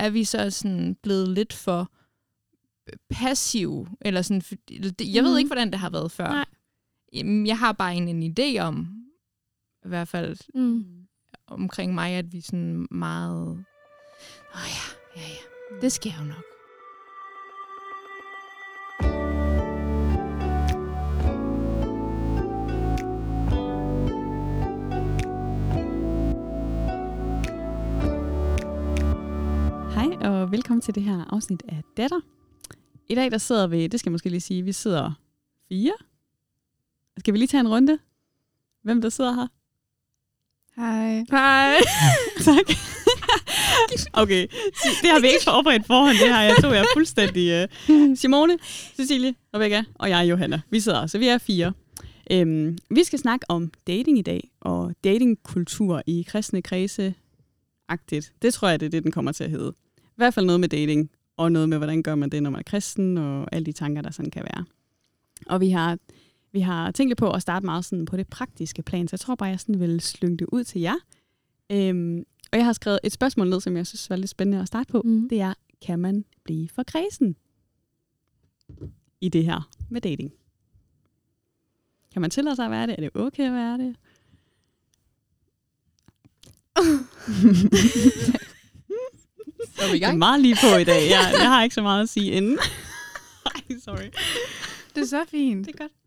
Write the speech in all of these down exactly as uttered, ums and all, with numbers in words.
er vi så sådan blevet lidt for passive, eller sådan, jeg ved ikke, hvordan det har været før. Nej. Jeg har bare en, en idé om, i hvert fald mm. omkring mig, at vi sådan meget, åh oh ja, ja, ja, det sker jo nok. Hej og velkommen til det her afsnit af Datter. I dag der sidder vi, det skal jeg måske lige sige, vi sidder fire. Skal vi lige tage en runde? Hvem der sidder her? Hej. Hej. Tak. Okay, det har vi ikke forberedt forhånd, det her. Jeg tror, jeg er fuldstændig uh, Simone, Cecilie, Rebecca og jeg, Johanna. Vi sidder, så vi er fire. Um, vi skal snakke om dating i dag, og datingkultur i kristne kredse. Agtigt. Det tror jeg, det er det, den kommer til at hedde. I hvert fald noget med dating, og noget med, hvordan gør man det, når man er kristen, og alle de tanker, der sådan kan være. Og vi har, vi har tænkt lidt på at starte meget sådan på det praktiske plan, så jeg tror bare, jeg sådan vil slynge det ud til jer. Øhm, og jeg har skrevet et spørgsmål ned, som jeg synes var lidt spændende at starte på. Mm. Det er, kan man blive for kræsen i det her med dating? Kan man tillade sig at være det? Er det okay at være det? Så er vi i gang. Det er meget lige på i dag. Jeg, jeg har ikke så meget at sige inden. Ej, sorry. Det er så fint. Det er godt.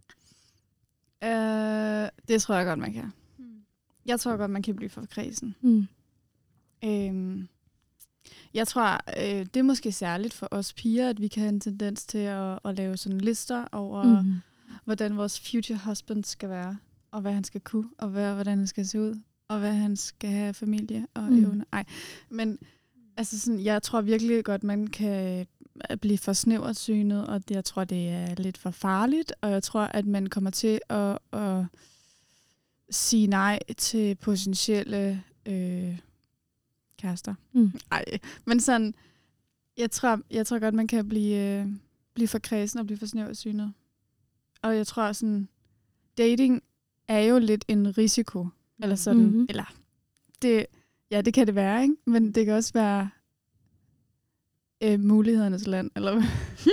Uh, det tror jeg godt, man kan. Mm. Jeg tror godt, man kan blive for kredsen. Mm. Um, jeg tror, uh, det er måske særligt for os piger, at vi kan have en tendens til at, at lave sådan lister over, mm. hvordan vores future husband skal være, og hvad han skal kunne, og hvad, hvordan han skal se ud, og hvad han skal have familie og mm. evne. Ej, men altså sådan, jeg tror virkelig godt, man kan blive for snævert synet, og det, jeg tror, det er lidt for farligt, og jeg tror, at man kommer til at, at sige nej til potentielle øh, kærester. Mm. Ej, men sådan, jeg tror, jeg tror godt, man kan blive, øh, blive for kredsen og blive for snævert synet. Og jeg tror sådan, dating er jo lidt en risiko, eller sådan, mm-hmm. eller det, ja, det kan det være, ikke? Men det kan også være øh, mulighedernes land, eller hvad?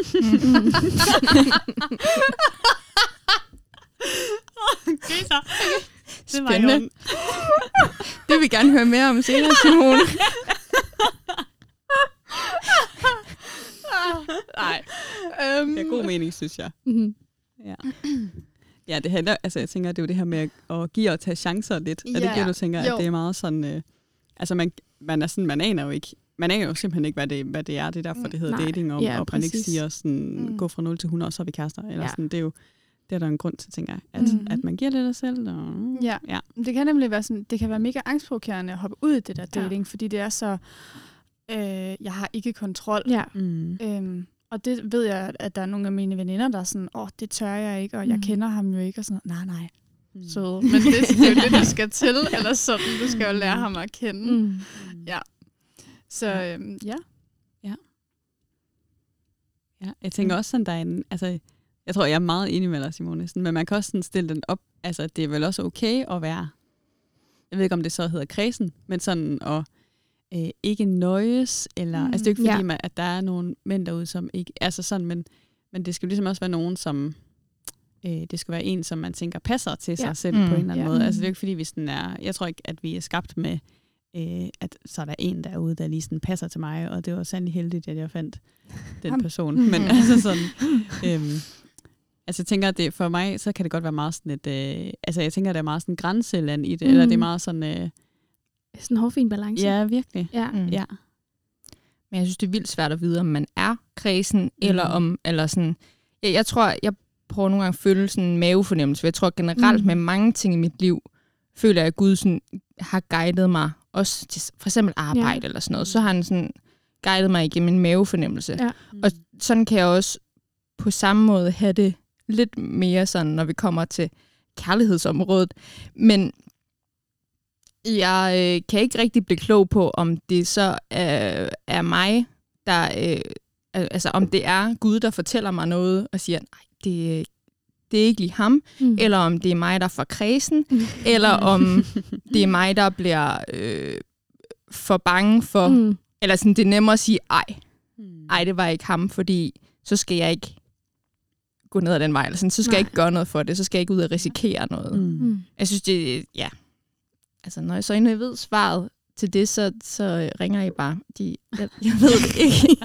Okay, så. Spændende. Det vil vi gerne høre mere om senere, Simone. Nej. Um. Det er god mening, synes jeg. Mm-hmm. Ja. Ja, det handler, altså jeg tænker, det er jo det her med at, at give og tage chancer lidt. Yeah. Er det det, du tænker, jo. At det er meget sådan, øh, altså man, man er sådan, man aner jo ikke, man aner jo simpelthen ikke, hvad det, hvad det er, det er derfor, det hedder Nej. Dating, og, ja, og man ikke siger sådan, mm. gå fra nul til hundrede, og så er vi kærester, eller ja. Sådan, det er jo, det er der en grund til, tænker jeg, at, mm. at man giver lidt af selv. Og, ja. ja, det kan nemlig være sådan, det kan være mega angstprovokerende at hoppe ud i det der dating, ja. Fordi det er så, øh, jeg har ikke kontrol. Ja. Mm. Øhm, Og det ved jeg, at der er nogle af mine veninder, der er sådan, åh, oh, det tør jeg ikke, og jeg mm. kender ham jo ikke, og sådan nej, nej, mm. søde. Men det, det er jo det, du skal til, eller sådan, du skal jo lære ham at kende. Mm. Ja. Så, øhm, ja. Ja. Ja, jeg tænker også sådan, der er en, altså, jeg tror, jeg er meget enig med dig, Simone, sådan, men man kan også sådan stille den op, altså, det er vel også okay at være, jeg ved ikke, om det så hedder kredsen, men sådan at, Øh, ikke nøjes, eller, mm, altså det er jo ikke fordi, ja. man, at der er nogle mænd derude, som ikke, altså sådan, men, men det skal jo ligesom også være nogen, som, øh, det skal være en, som man tænker passer til sig ja. Selv mm, på en eller anden ja. Måde. Altså det er jo ikke fordi, vi sådan er, jeg tror ikke, at vi er skabt med, øh, at så er der en derude, der lige sådan passer til mig, og det var sandelig heldigt, at jeg fandt den person. Mm. Men altså sådan, øh, altså jeg tænker, at det, for mig, så kan det godt være meget sådan et, øh, altså jeg tænker, at det er meget sådan grænseland i det, mm. eller det er meget sådan, øh, sådan en hårfin balance. Ja, virkelig. Ja. Mm. Ja. Men jeg synes, det er vildt svært at vide, om man er kredsen, mm. eller om, eller sådan, jeg, jeg tror, jeg prøver nogle gange at føle sådan en mavefornemmelse, for jeg tror generelt mm. med mange ting i mit liv, føler jeg, at Gud sådan, har guidet mig, også til for eksempel arbejde ja. Eller sådan noget, så har han sådan guidet mig igennem en mavefornemmelse. Ja. Mm. Og sådan kan jeg også på samme måde have det lidt mere sådan, når vi kommer til kærlighedsområdet. Men jeg øh, kan ikke rigtig blive klog på, om det så øh, er mig, der, øh, altså om det er Gud, der fortæller mig noget og siger, nej, det, det er ikke lige ham, mm. eller om det er mig, der får kredsen, mm. eller om det er mig, der bliver øh, for bange for mm. Eller sådan, det er nemmere at sige, ej, Hmm. ej, det var ikke ham, fordi så skal jeg ikke gå ned ad den vej, eller sådan, så skal Nej. jeg ikke gøre noget for det, så skal jeg ikke ud og risikere noget. Mm. Mm. Jeg synes, det ja. Altså, når jeg så endnu ved svaret til det, så, så ringer I bare. De, jeg, jeg ved det ikke.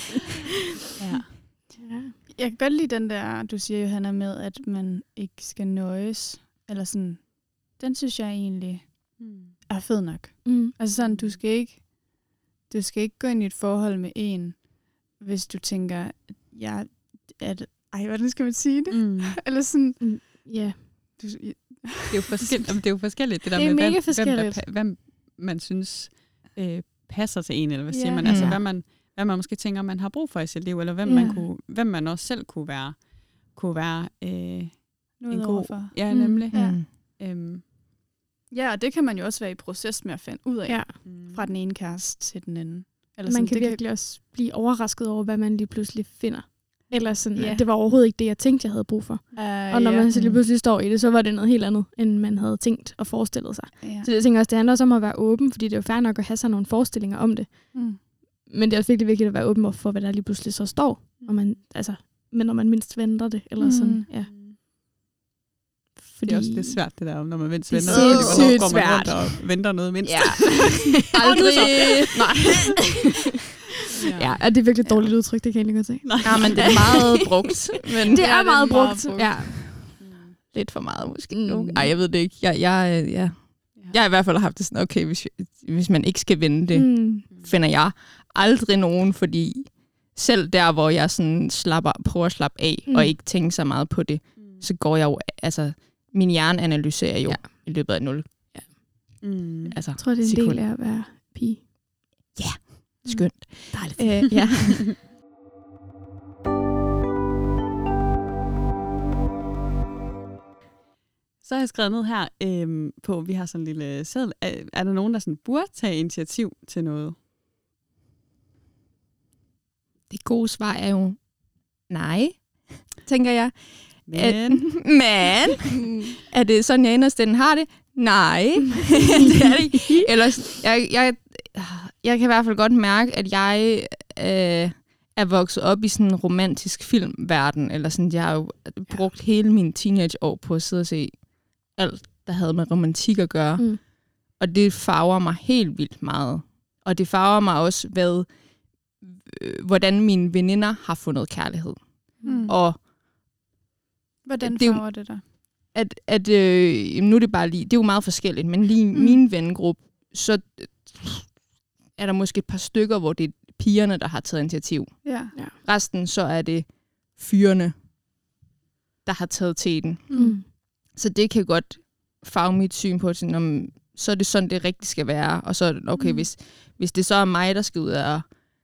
Ja. Ja. Jeg kan godt lide den der, du siger, Johanna, med, at man ikke skal nøjes. Eller sådan, den synes jeg egentlig Mm. er fed nok. Mm. Altså sådan, du skal ikke, du skal ikke gå ind i et forhold med en, hvis du tænker, ja, at, ej, hvordan skal man sige det? Mm. Eller sådan, Mm. Ja. du, Det er jo forskelligt, det er jo forskelligt det der Det er med, mega hvem, hvem, der, forskelligt. pa- hvem man synes øh, passer til en, eller hvad Ja. siger man? Altså, Ja. hvad man, hvad man måske tænker, man har brug for i sit liv, eller hvem, Ja. man, kunne, hvem man også selv kunne være, kunne være øh, noget en god... overfor. Ja, Mm. nemlig. Ja. Mm. Øhm, Ja, og det kan man jo også være i proces med at finde ud af, Ja. mm. fra den ene kæreste til den anden. Eller Man kan det virkelig også blive overrasket over, hvad man lige pludselig finder. Eller sådan, Ja. at det var overhovedet ikke det, jeg tænkte, jeg havde brug for. Uh, Og når ja. man så lige Mm. pludselig står i det, så var det noget helt andet, end man havde tænkt og forestillet sig. Ja. Så jeg tænker også, det handler også om at være åben, fordi det er jo fair nok at have sig nogle forestillinger om det. Mm. Men det er også virkelig vigtigt at være åben for, hvad der lige pludselig så står. Og man, altså, men når man mindst venter det, eller Mm. sådan, ja. Fordi... Det er også lidt svært, det der, når man venter. Det er Hvornår sindssygt går man rundt svært. og venter noget mindst? Ja. Aldrig. Nej. Ja, er det er virkelig et dårligt udtryk, det kan jeg egentlig godt se. Nej. Ja, men det er meget brugt. Men Det Ja, er det er meget meget brugt. brugt. Ja. lidt for meget måske. Mm. Mm. Ej, jeg ved det ikke. Jeg, jeg, ja. jeg har i hvert fald haft det sådan, okay, hvis, hvis man ikke skal vende det, mm. Mm. finder jeg aldrig nogen, fordi selv der, hvor jeg sådan slapper, prøver at slappe af, Mm. mm. og ikke tænke så meget på det, så går jeg jo, altså, min hjerne analyserer jo Ja. i løbet af nul. Mm. Altså, Jeg tror, det er en sekund. del af at være pige. Skønt. Dejligt. Øh, ja. Så har jeg skrevet ned her øhm, på, vi har sådan en lille seddel. Er, er der nogen, der sådan burde tage initiativ til noget? Det gode svar er jo nej, tænker jeg. Men, At, men, er det sådan, jeg inderst den har det? Nej, det er det ikke. Ellers, jeg, jeg, jeg kan i hvert fald godt mærke, at jeg øh, er vokset op i sådan en romantisk filmverden. Eller sådan, jeg har jo brugt hele mine teenageår på at sidde og se alt, der havde med romantik at gøre. Mm. Og det farver mig helt vildt meget. Og det farver mig også, hvad, øh, hvordan mine veninder har fundet kærlighed. Mm. Og Hvordan det er jo- farver det dig? at, at øh, nu er det bare lige, det er jo meget forskelligt, men lige i Mm. min vennegruppe, så øh, er der måske et par stykker, hvor det er pigerne, der har taget initiativ. Ja. Resten, så er det fyrene, der har taget teten. Mm. Så det kan godt farve mit syn på, sådan, om, så er det sådan, det rigtigt skal være. Og så, okay, Mm. hvis, hvis det så er mig, der skal ud og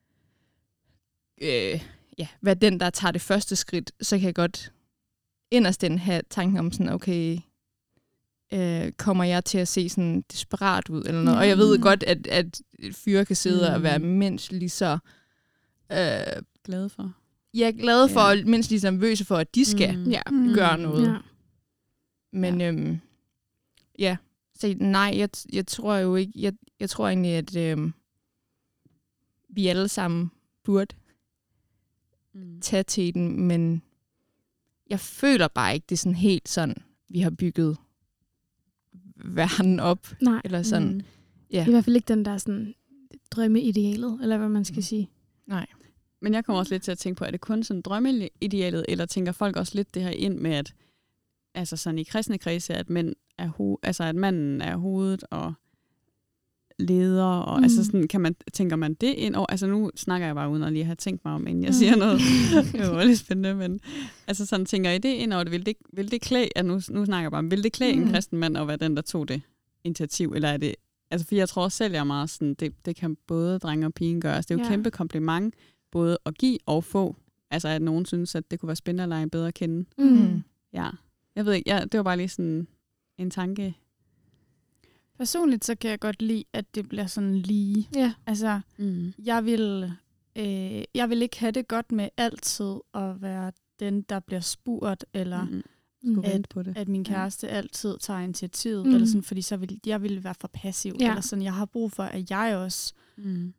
øh, ja, være den, der tager det første skridt, så kan jeg godt inderst den have tanken om sådan, okay, øh, kommer jeg til at se sådan desperat ud, eller noget. Og jeg ved Mm. godt, at, at fyre kan sidde Mm. og være mindst lige så øh, glad for. jeg er glad for, Ja. ja. mindst lige så nervøse for, at de skal Mm. mm. Ja. Mm. gøre noget. Ja. Men ja, øhm, ja. Så nej, jeg, jeg tror jo ikke, jeg, jeg tror egentlig, at øhm, vi alle sammen burde Mm. tage til den, men jeg føler bare ikke, det er sådan helt sådan, vi har bygget verden op, Nej, eller sådan. Mm. Ja. i hvert fald ikke den der sådan drømmeidealet, eller hvad man skal Mm. sige. Nej. Men jeg kommer også lidt til at tænke på, er det kun sådan drømmeidealet, eller tænker folk også lidt det her ind med, at altså sådan i kristne kredse, at, mænd er ho- altså at manden er hovedet og leder, og Mm. mm. altså sådan, kan man, tænker man det ind over? Altså nu snakker jeg bare uden at lige have tænkt mig om, inden jeg siger noget. Det var lidt spændende, men altså sådan, tænker I det ind over det? Vil det, vil det klæde, at nu, nu snakker jeg bare om, vil det klæde mm. en kristen mand at være den, der tog det initiativ, eller er det, altså for jeg tror også selv, jeg er meget sådan, det, det kan både drenge og pigen gøre, altså det er jo et Ja. kæmpe kompliment, både at give og få, altså at nogen synes, at det kunne være spændende at lege bedre at kende. Mm. Ja, jeg ved ikke, ja, det var bare lige sådan en tanke. Personligt så kan jeg godt lide, at det bliver sådan lige. Ja. Altså, Mm. jeg vil, øh, jeg vil ikke have det godt med altid at være den, der bliver spurgt, eller Mm. Mm. Skulle At- vente på det. at min kæreste altid tager initiativet, Mm. eller sådan, fordi så vil jeg vil være for passiv. Ja. Eller sådan, jeg har brug for, at jeg også Mm.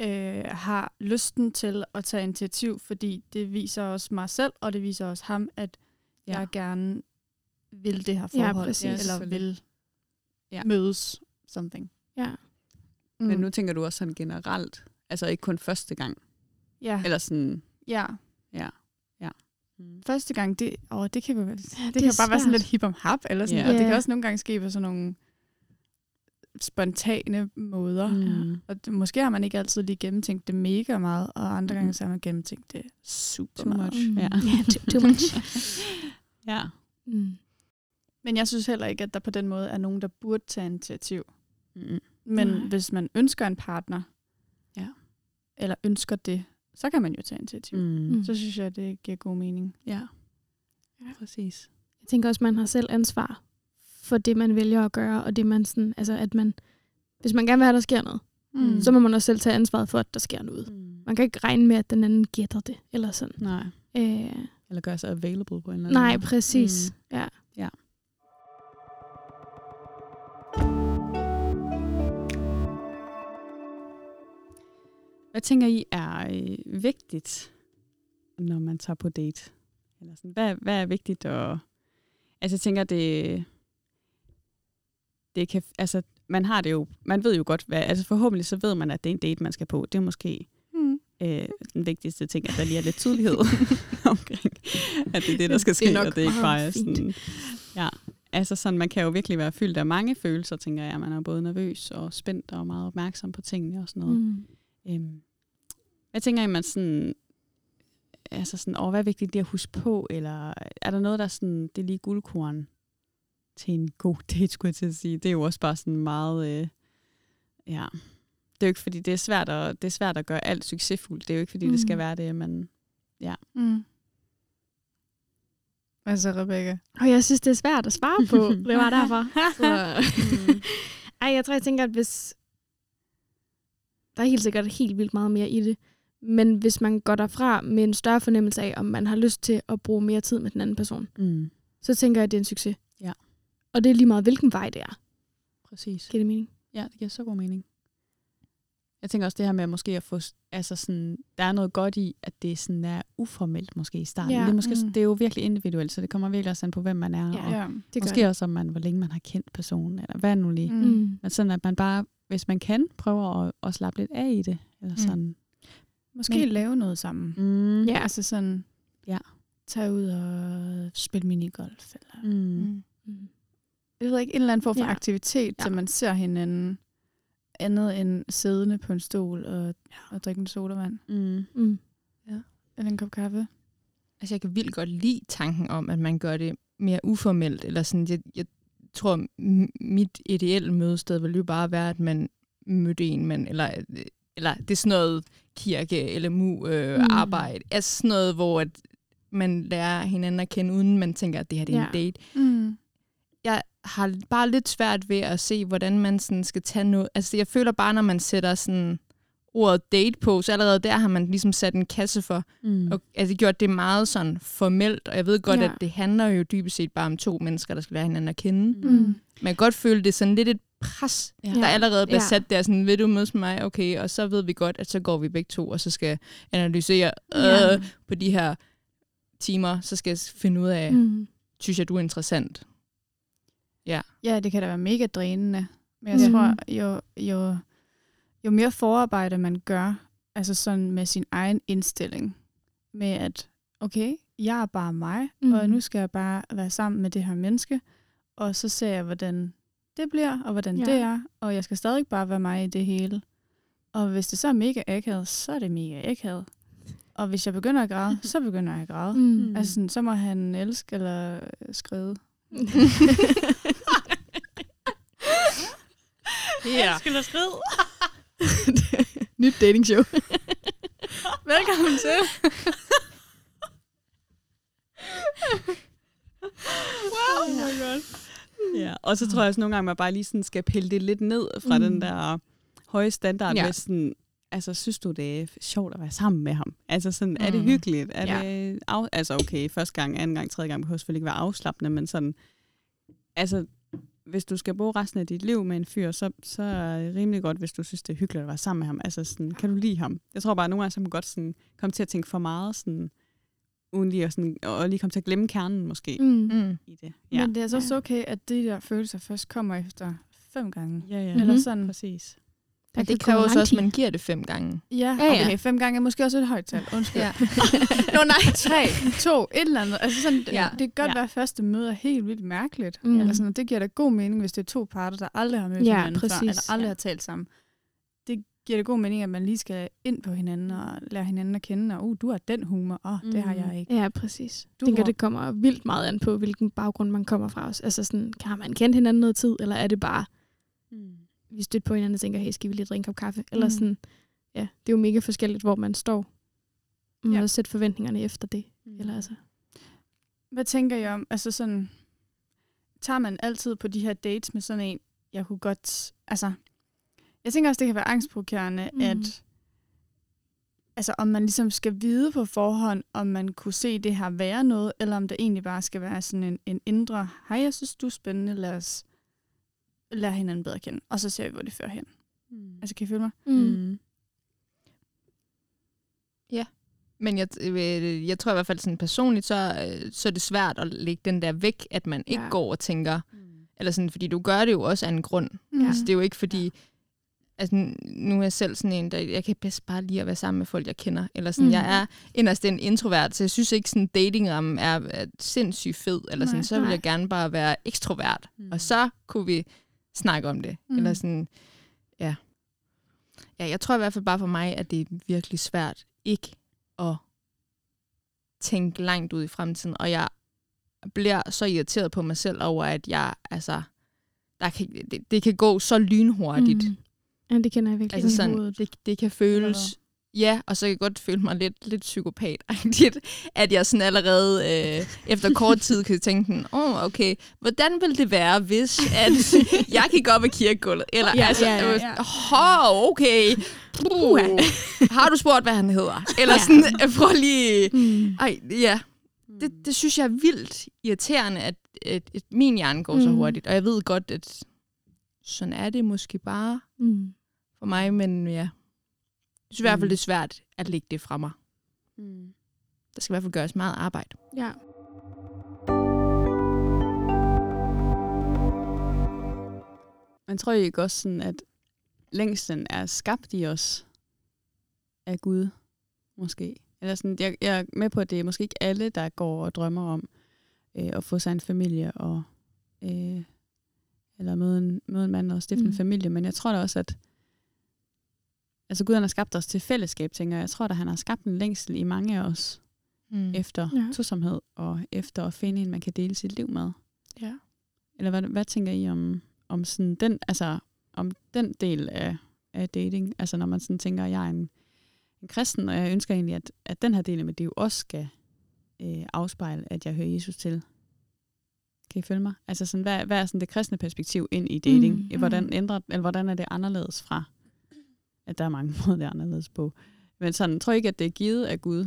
øh, har lysten til at tage initiativ, fordi det viser også mig selv, og det viser også ham, at ja. jeg gerne vil det her forhold, præcis. eller vil ja. mødes something. Ja. Mm. Men nu tænker du også sådan generelt, altså ikke kun første gang, ja. eller sådan, ja. ja, ja. Mm. Første gang, det, åh, det kan, det, det det kan er bare være sådan svært. lidt hip om hap, eller sådan, Ja. og det kan Ja. også nogle gange ske på sådan nogle spontane måder. Mm. Og det, måske har man ikke altid lige gennemtænkt det mega meget, og andre gange så har man gennemtænkt det super Too meget. much. Mm. Ja. Ja, too, too much. Ja. Mm. Men jeg synes heller ikke, at der på den måde er nogen, der burde tage initiativ. Mm. Men Nej. hvis man ønsker en partner, Ja. eller ønsker det, så kan man jo tage initiativ. Mm. Mm. Så synes jeg, det giver god mening. Ja. Ja. Præcis. Jeg tænker også, man har selv ansvar for det, man vælger at gøre, og det man sådan, altså at man, hvis man gerne vil have, at der sker noget, Mm. så må man også selv tage ansvaret for, at der sker noget. Mm. Man kan ikke regne med, at den anden gætter det, eller sådan. Nej. Øh, Eller gøre sig available på en eller anden nej, måde. præcis. Mm. Ja. Ja. Hvad tænker I er øh, vigtigt, når man tager på date? Eller sådan, hvad, hvad er vigtigt? Og, altså jeg tænker, det, det kan, altså man har det jo, man ved jo godt, hvad, altså forhåbentlig så ved man, at det er en date, man skal på. Det er måske Mm. øh, den vigtigste ting, at der lige er lidt tydelighed omkring, at det er det, der skal ske, Det er nok og det er ikke bare meget fint. sådan, ja. Altså sådan, man kan jo virkelig være fyldt af mange følelser, tænker jeg. Man er både nervøs og spændt og meget opmærksom på tingene og sådan noget. Mm. Øhm, hvad tænker I, man sådan, altså sådan, åh, hvad er vigtigt lige at huske på, eller er der noget, der sådan, det er lige guldkorn til en god date, skulle jeg til at sige. Det er jo også bare sådan meget, øh, ja, det er jo ikke, fordi det er svært at, det er svært at gøre alt succesfuldt. Det er jo ikke, fordi mm. det skal være det, men ja. Mm. Hvad så, Rebecca? Og jeg synes, det er svært at svare på. Det var derfor. Så. Mm. Ej, jeg tror, jeg tænker, at hvis... Der er helt sikkert helt vildt meget mere i det. Men hvis man går derfra med en større fornemmelse af, om man har lyst til at bruge mere tid med den anden person, Mm. så tænker jeg, at det er en succes. Ja. Og det er lige meget, hvilken vej det er. Præcis. Giver det mening? Ja, det giver så god mening. Jeg tænker også det her med at måske at få, altså sådan, der er noget godt i, at det sådan er uformelt måske i starten. Ja, Det, er måske, mm. det er jo virkelig individuelt, så det kommer virkelig også an på, hvem man er. Ja, og Ja. Det gør måske det. også, om man, hvor længe man har kendt personen, eller hvad nu lige. Mm. Mm. Mm. Men sådan, at man bare, hvis man kan, prøver at, at slappe lidt af i det. Eller sådan. Måske Men- lave noget sammen. Mm. Ja. Altså sådan, Ja. tage ud og spille minigolf. Eller, Mm. mm. Mm. Jeg ved ikke, en eller anden form for Ja. aktivitet, Ja. så man ser hinanden andet end siddende på en stol og, og drikke en sodavand. Mm. Mm. Eller en kop kaffe. Altså, jeg kan vildt godt lide tanken om, at man gør det mere uformelt. Eller sådan, jeg, jeg tror, m- mit ideelle mødested vil jo bare være, at man mødte en, man, eller, eller det er sådan noget kirke, L M U, øh, Mm. arbejde. Altså sådan noget, hvor at man lærer hinanden at kende, uden man tænker, at det her det er Ja. en date. Mm. Jeg har bare lidt svært ved at se, hvordan man sådan skal tage noget. Altså, jeg føler bare, når man sætter sådan ordet date på, så allerede der har man ligesom sat en kasse for, Mm. og altså, gjort det meget sådan formelt, og jeg ved godt, Ja. at det handler jo dybest set bare om to mennesker, der skal lære hinanden at kende. Mm. Mm. Men jeg kan godt føle, det er sådan lidt et pres, Ja. der allerede bliver Ja. sat der, sådan, vil du mødes med mig? Okay, og så ved vi godt, at så går vi begge to, og så skal analysere øh, Ja. på de her timer, så skal jeg finde ud af, Mm. synes jeg, du er interessant? Ja. Ja, det kan da være mega drænende. Men jeg Mhm. tror, jo, jo, jo mere forarbejde man gør, altså sådan med sin egen indstilling, med at, okay, jeg er bare mig, Mhm. mm. og nu skal jeg bare være sammen med det her menneske, og så ser jeg, hvordan det bliver, og hvordan Ja. det er, og jeg skal stadig bare være mig i det hele. Og hvis det så er mega akavet, så er det mega akavet. Og hvis jeg begynder at græde, så begynder jeg at græde. Mm. Mm. Altså, sådan, så må han elske eller skride. Ja. Skal der skride? Nyt dating show. Velkommen til. Wow, oh my god. Ja, og så tror jeg også nogle gange, man bare lige sådan skal pille det lidt ned fra mm. den der høje standard, Ja. med sådan, altså synes du, det er sjovt at være sammen med ham? Altså sådan, er det Mm. hyggeligt? Er Ja. det af, altså okay, første gang, anden gang, tredje gang behøver selvfølgelig ikke være afslappende, men sådan, altså hvis du skal bruge resten af dit liv med en fyr, så, så er det rimelig godt, hvis du synes, det er hyggeligt at være sammen med ham. Altså, sådan, kan du lide ham? Jeg tror bare, at nogle gange så kan man godt sådan, komme til at tænke for meget, sådan, uden lige at, sådan, og lige komme til at glemme kernen måske Mm. Mm. i det. Ja, Men det er så også okay, at de der følelser først kommer efter fem gange. ja, ja. Eller Mhm. sådan. Præcis. Ja, kan det gå kræver lang også, at tid. man giver det fem gange. Ja, Ja, ja. okay, fem gange er måske også et højt tal. Undskyld. Ja. Nå nej, tre, to, et eller andet. Altså sådan, Ja. ja. Det kan godt Ja. være, at første møde er helt vildt mærkeligt. Mm. Mm. Eller sådan, og det giver da god mening, hvis det er to parter, der aldrig har mødt Ja, hinanden før, præcis. eller aldrig Ja. har talt sammen. Det giver da god mening, at man lige skal ind på hinanden og lære hinanden at kende. Og uh, du har den humor, og oh, det har Mm. jeg ikke. Ja, præcis. Du Jeg tænker, har- det kommer vildt meget an på, hvilken baggrund man kommer fra os. Altså sådan, har man kendt hinanden noget tid, eller er det bare, Mm. vi støtter på hinanden og tænker, hey, skal vi lige drikke en kop kaffe? Eller Mm. sådan, ja, det er jo mega forskelligt, hvor man står. Man må Ja. også sætte forventningerne efter det. Eller altså. Hvad tænker I om, altså sådan, tager man altid på de her dates med sådan en, jeg kunne godt, altså, jeg tænker også, det kan være angstprovokerende, Mhm. mm. at, altså om man ligesom skal vide på forhånd, om man kunne se det her være noget, eller om det egentlig bare skal være sådan en, en indre, hej, jeg synes, du er spændende, lad os lære hinanden bedre at kende, og så ser vi, hvor det fører hen. Mm. Altså, kan I følge mig? Mm. Mm. Men jeg, øh, jeg tror i hvert fald sådan personligt, så, øh, så er det svært at lægge den der væk, at man ikke Ja. går og tænker, Mm. eller sådan, fordi du gør det jo også af en grund. Mm. Altså, det er jo ikke fordi, altså, nu er jeg selv sådan en, der, jeg kan bedst bare lide at være sammen med folk, jeg kender. Eller sådan, Mm. mm. jeg er inderst en introvert, så jeg synes ikke, sådan datingrammen er, er sindssygt fed. Eller sådan, Nej, så vil nej. jeg gerne bare være ekstrovert. Mm. Og så kunne vi snakke om det. Mm. Mm. Eller sådan, ja. Ja, jeg tror i hvert fald bare for mig, at det er virkelig svært ikke at tænke langt ud i fremtiden. Og jeg bliver så irriteret på mig selv over, at jeg, altså, der kan, det, det kan gå så lynhurtigt. Mm. Ja, det kender jeg virkelig. Altså i sådan, hovedet. det, det kan Eller føles... Ja, og så kan jeg godt føle mig lidt, lidt psykopat-agtigt, at jeg sådan allerede øh, efter kort tid kan tænke, den, åh, oh, okay, hvordan ville det være, hvis at jeg gik op ad kirkegulvet? Eller, Ja, altså, ja, ja, øh, ja. Hå, okay, Puh, har du spurgt, hvad han hedder? Eller sådan, øh, prøv lige... Mm. Ej, ja, det, det synes jeg er vildt irriterende, at, at, at min hjerne går så Mm. hurtigt. Og jeg ved godt, at sådan er det måske bare Mm. for mig, men ja. Jeg synes i hvert fald, det er svært at lægge det fra mig. Mm. Der skal i hvert fald gøres meget arbejde. Ja. Men tror I ikke også sådan, at længslen er skabt i os af Gud, måske? Eller sådan, jeg, jeg er med på, at det er måske ikke alle, der går og drømmer om øh, at få sig en familie, og, øh, eller møde en, møde en mand og stifte mm. Mm. en familie, men jeg tror da også, at altså Gud han har skabt os til fællesskab, tænker jeg. Jeg tror da, han har skabt en længsel i mange af os, Mm. efter Ja. tosomhed, og efter at finde en, man kan dele sit liv med. Ja. Eller hvad, hvad tænker I om, om sådan den, altså om den del af, af dating? Altså når man sådan tænker, at jeg er en, en kristen, og jeg ønsker egentlig, at, at den her del af mit liv også skal øh, afspejle, at jeg hører Jesus til. Kan I følge mig? Altså sådan, hvad, hvad er sådan det kristne perspektiv ind i dating? Mm, Mm, hvordan ændrer, eller hvordan er det anderledes fra? At der er mange måder, det er anderledes på. Men sådan, tror jeg ikke, at det er givet af Gud,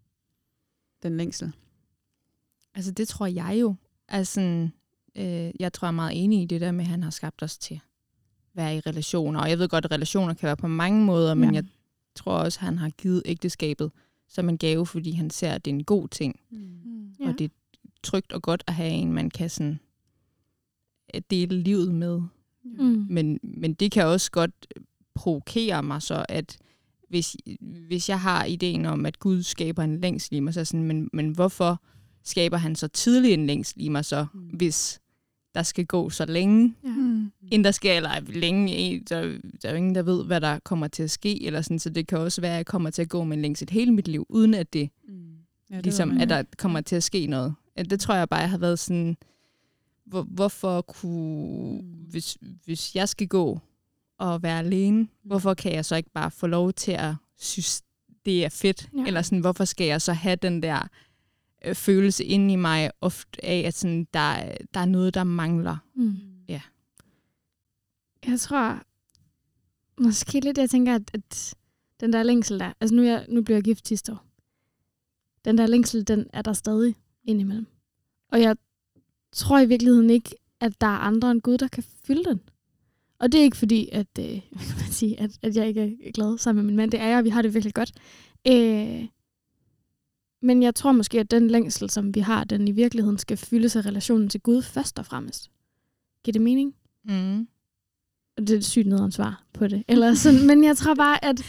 den længsel? Altså, det tror jeg jo. Altså, øh, jeg tror, jeg er meget enig i det der med, at han har skabt os til at være i relationer. Og jeg ved godt, at relationer kan være på mange måder, men Ja. jeg tror også, at han har givet ægteskabet som en gave, fordi han ser, at det er en god ting. Mm. Ja. Og det er trygt og godt at have en, man kan sådan øh, dele livet med. Mm. Men, men det kan også godt provokere mig så, at hvis, hvis jeg har ideen om, at Gud skaber en længsel i mig, så er sådan, men, men hvorfor skaber han så tidlig en længsel i mig så, Mm. hvis der skal gå så længe, Ja. Mm. inden der skal, eller længe, der, der er jo ingen, der ved, hvad der kommer til at ske, eller sådan, så det kan også være, at jeg kommer til at gå med en længsel hele mit liv, uden at det, Mm. Ja, det ligesom, ved man. at der kommer til at ske noget. At Det tror jeg bare, jeg har været sådan, hvor, hvorfor kunne, Mm. hvis, hvis jeg skal gå og være alene, hvorfor kan jeg så ikke bare få lov til at synes, det er fedt? Ja. Eller sådan, hvorfor skal jeg så have den der øh, følelse inde i mig ofte af, at sådan, der, der er noget, der mangler? Mm. Ja. Jeg tror måske lidt, jeg tænker, at, at den der længsel der, altså nu, er jeg, nu bliver jeg gift sidste år. Den der længsel, den er der stadig indimellem. Og jeg tror i virkeligheden ikke, at der er andre end Gud, der kan fylde den. Og det er ikke fordi, at, øh, kan man sige, at, at jeg ikke er glad sammen med min mand. Det er jeg, og vi har det virkelig godt. Øh, men jeg tror måske, at den længsel, som vi har, den i virkeligheden skal fyldes af relationen til Gud først og fremmest. Giver det mening? Mm. Det er et sygt nederansvar på det. Eller sådan, men jeg tror bare, at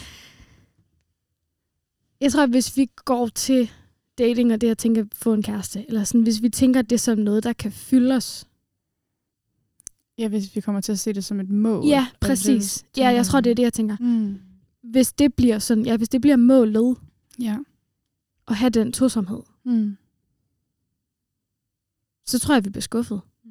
jeg tror, at hvis vi går til dating, og det at tænke at få en kæreste, eller sådan, hvis vi tænker, at det er som noget, der kan fylde os. Ja, hvis vi kommer til at se det som et mål. Ja, præcis. Det, ja, jeg tror, det er det, jeg tænker. Mm. Hvis det bliver sådan, ja, hvis det bliver målet, ja. at have den tosomhed, mm. så tror jeg, vi bliver skuffet. Mm.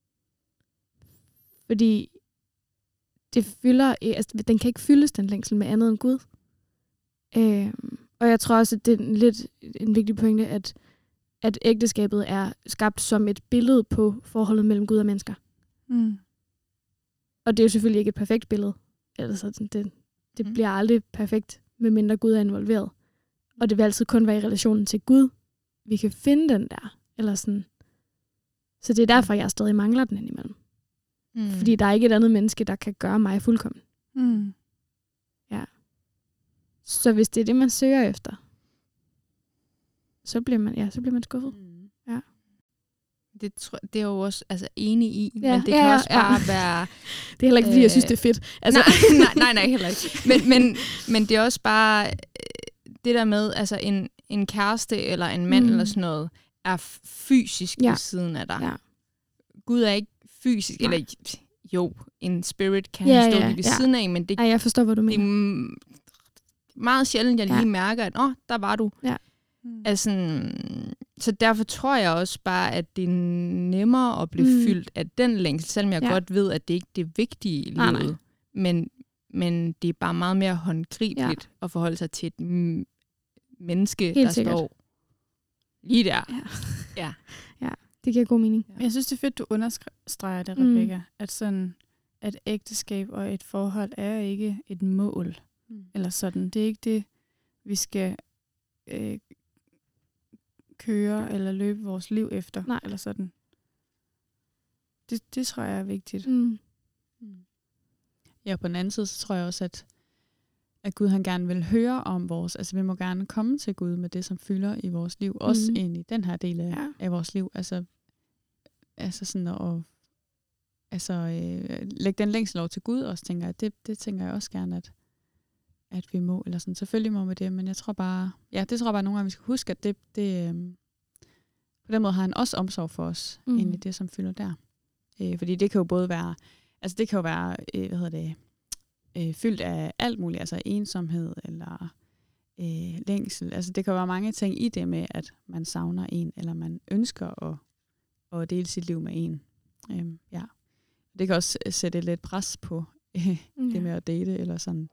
Fordi det fylder, altså, den kan ikke fyldes, den længsel, med andet end Gud. Øhm, og jeg tror også, at det er lidt en vigtig pointe, at, at ægteskabet er skabt som et billede på forholdet mellem Gud og mennesker. Mm. Og det er jo selvfølgelig ikke et perfekt billede. Altså, det, det mm. bliver aldrig perfekt, medmindre Gud er involveret. Og det vil altid kun være i relationen til Gud, vi kan finde den der. Eller sådan. Så det er derfor, jeg stadig mangler den indimellem. Mm. Fordi der er ikke et andet menneske, der kan gøre mig fuldkommen. Mm. Ja. Så hvis det er det, man søger efter, så bliver man, ja, så bliver man skuffet. Mm. Ja. Det, tror, det er jo også altså, enig i, ja. men det kan ja, også ja. bare være... Det er heller ikke, fordi øh, jeg synes, det er fedt. Altså. Nej, nej, nej, nej, heller ikke. Men, men, men det er også bare det der med, altså en, en kæreste eller en mand mm. eller sådan noget, er fysisk ja. ved siden af dig. Ja. Gud er ikke fysisk, nej. Eller jo, en spirit kan ja, stå ja, lige ved ja. siden af, men det, ja, jeg forstår, hvad du mener. Det er meget sjældent, jeg lige ja. mærker, at åh, der var du. Ja. Mm. Altså, så derfor tror jeg også bare, at det er nemmere at blive mm. fyldt af den længsel, selvom jeg ja. godt ved, at det ikke er det vigtige i livet. Nej, nej. Men, men det er bare meget mere håndgribeligt ja. at forholde sig til et m- menneske, helt der sikkert. står lige der. Ja. ja. ja, det giver god mening. Jeg synes, det er fedt, du understreger det, Rebecca. Mm. At sådan, at ægteskab og et forhold er ikke et mål. Mm. Eller sådan. Det er ikke det, vi skal øh, køre eller løbe vores liv efter. Nej. Eller sådan. Det, det tror jeg er vigtigt. Mm. Mm. Ja, på den anden side, så tror jeg også, at, at Gud han gerne vil høre om vores, altså vi må gerne komme til Gud med det, som fylder i vores liv, mm. også ind i den her del af, ja. af vores liv. Altså, altså sådan at altså, øh, lægge den længsel over til Gud også, tænker jeg. Det, det tænker jeg også gerne, at, at vi må, eller sådan, selvfølgelig må vi det, men jeg tror bare, ja, det tror jeg bare nogle gange, vi skal huske, at det, det øh, på den måde har han også omsorg for os, mm. ind i det, som fylder der. Øh, fordi det kan jo både være, altså det kan jo være, øh, hvad hedder det, øh, fyldt af alt muligt, altså ensomhed eller øh, længsel. Altså det kan være mange ting i det med, at man savner en, eller man ønsker at, at dele sit liv med en. Øh, ja. Det kan også sætte lidt pres på øh, ja. det med at date, eller sådan.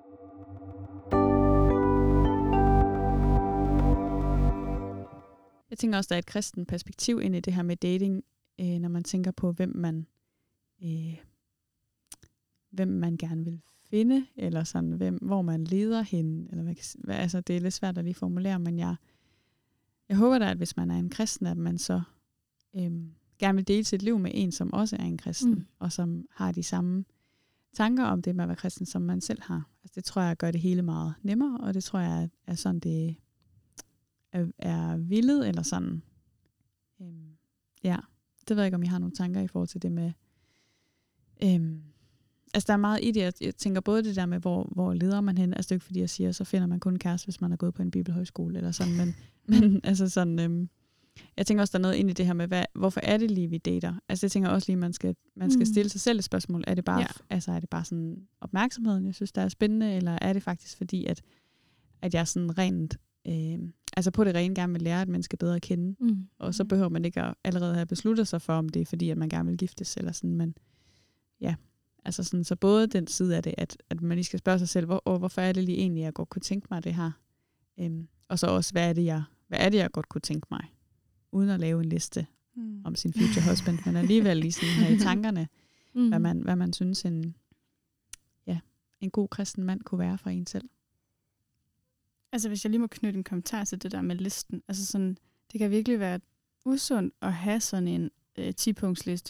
Jeg tænker også, der er et kristent perspektiv ind i det her med dating, øh, når man tænker på, hvem man øh, hvem man gerne vil finde, eller sådan, hvem, hvor man leder hen, eller hvad, hvad, altså det er lidt svært at lige formulere, men jeg, jeg håber da, at hvis man er en kristen, at man så øh, gerne vil dele sit liv med en, som også er en kristen, mm. og som har de samme tanker om det med at være kristen, som man selv har. Altså det tror jeg gør det hele meget nemmere, og det tror jeg er sådan, det er, er villet, eller sådan. Øhm, ja, det ved jeg ikke, om I har nogle tanker i forhold til det med... Øhm, altså der er meget i det, jeg tænker både det der med, hvor, hvor leder man hen, altså det er ikke fordi, jeg siger, så finder man kun en kæreste, hvis man har gået på en bibelhøjskole, eller sådan, men, men altså sådan... Øhm, jeg tænker også, der er noget ind i det her med, hvad, hvorfor er det lige, vi dater? Altså jeg tænker også lige, man skal, man skal stille sig selv et spørgsmål. Er det bare, ja. altså, er det bare sådan opmærksomheden, jeg synes, der er spændende, eller er det faktisk fordi, at, at jeg sådan rent, øh, altså på det rene gerne vil lære et menneske bedre at kende, mm. og så behøver man ikke at allerede have besluttet sig for, om det er fordi, at man gerne vil giftes, eller sådan, men ja, altså sådan, så både den side af det, at, at man lige skal spørge sig selv, hvor, hvorfor er det lige egentlig, jeg godt kunne tænke mig det her, øhm, og så også, hvad er det, jeg, hvad er det, jeg godt kunne tænke mig, uden at lave en liste mm. om sin future husband, men alligevel lige sådan her i tankerne, mm. hvad, man, hvad man synes en, ja, en god kristen mand kunne være for en selv. Altså hvis jeg lige må knytte en kommentar til det der med listen, altså sådan, det kan virkelig være usundt at have sådan en øh, ti-punktsliste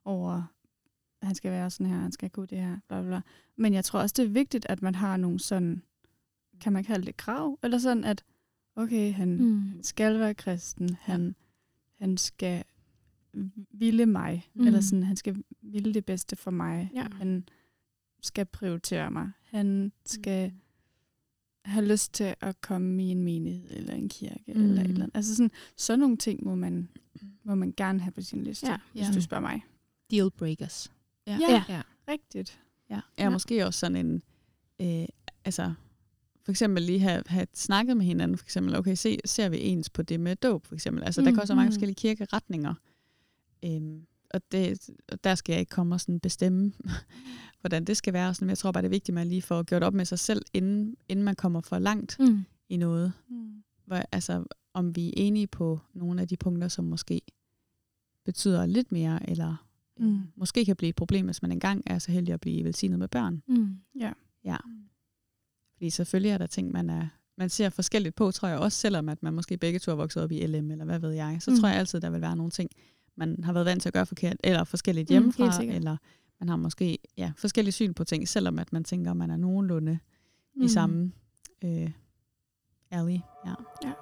over, at han skal være sådan her, han skal kunne det her, bla, bla, bla. Men jeg tror også, det er vigtigt, at man har nogle sådan, kan man kalde det krav, eller sådan, at okay, han, mm. han skal være kristen, han, han skal ville mig, mm. eller sådan, han skal ville det bedste for mig, ja. han skal prioritere mig, han skal have lyst til at komme i en menighed, eller en kirke, mm. eller et eller andet. Altså sådan, sådan nogle ting må man, må man gerne have på sin liste, ja. hvis ja. du spørger mig. Deal breakers. Ja, ja. ja. rigtigt. Ja, ja, måske også sådan en, øh, altså for eksempel lige have, have snakket med hinanden, for eksempel, okay, se, ser vi ens på det med dåb, for eksempel. Altså, mm, der kan også være mange mm. forskellige kirkeretninger, øhm, og, det, og der skal jeg ikke komme og sådan bestemme, hvordan det skal være. Sådan, men jeg tror bare, det er vigtigt, at man lige får gjort op med sig selv, inden, inden man kommer for langt mm. i noget. Mm. Hvor, altså, om vi er enige på nogle af de punkter, som måske betyder lidt mere, eller mm. måske kan blive et problem, hvis man engang er så heldig at blive velsignet med børn. Mm. Ja. Ja. Fordi selvfølgelig er der ting, man er man ser forskelligt på, tror jeg også, selvom at man måske begge to er vokset op i L M, eller hvad ved jeg. Så mm. tror jeg altid, der vil være nogle ting, man har været vant til at gøre forkert, eller forskelligt hjemmefra, mm, eller man har måske ja, forskellige syn på ting, selvom at man tænker, at man er nogenlunde mm. i samme øh, alley. Ja. Ja.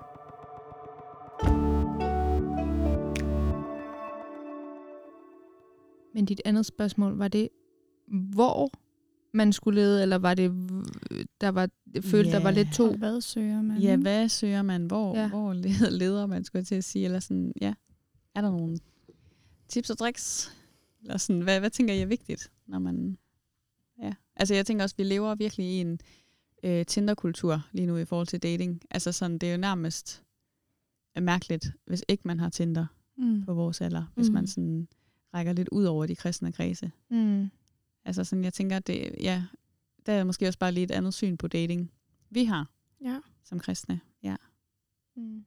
Men dit andet spørgsmål, var det, hvor man skulle lede, eller var det, der var, jeg følte, yeah. der var lidt to? Hvad søger man? Ja, hvad søger man? Hvor, ja. hvor leder man, skulle jeg til at sige? Eller sådan, ja. Er der nogle tips og tricks? Eller sådan, hvad, hvad tænker I er vigtigt, når man... Ja. Altså, jeg tænker også, vi lever virkelig i en øh, Tinder-kultur lige nu i forhold til dating. Altså sådan, det er jo nærmest mærkeligt, hvis ikke man har Tinder mm. på vores alder. Hvis mm. man sådan rækker lidt ud over de kristne kredse. Mm. Altså sådan, jeg tænker, at det, ja, der er måske også bare lige et andet syn på dating, vi har ja. som kristne. Ja. Mm.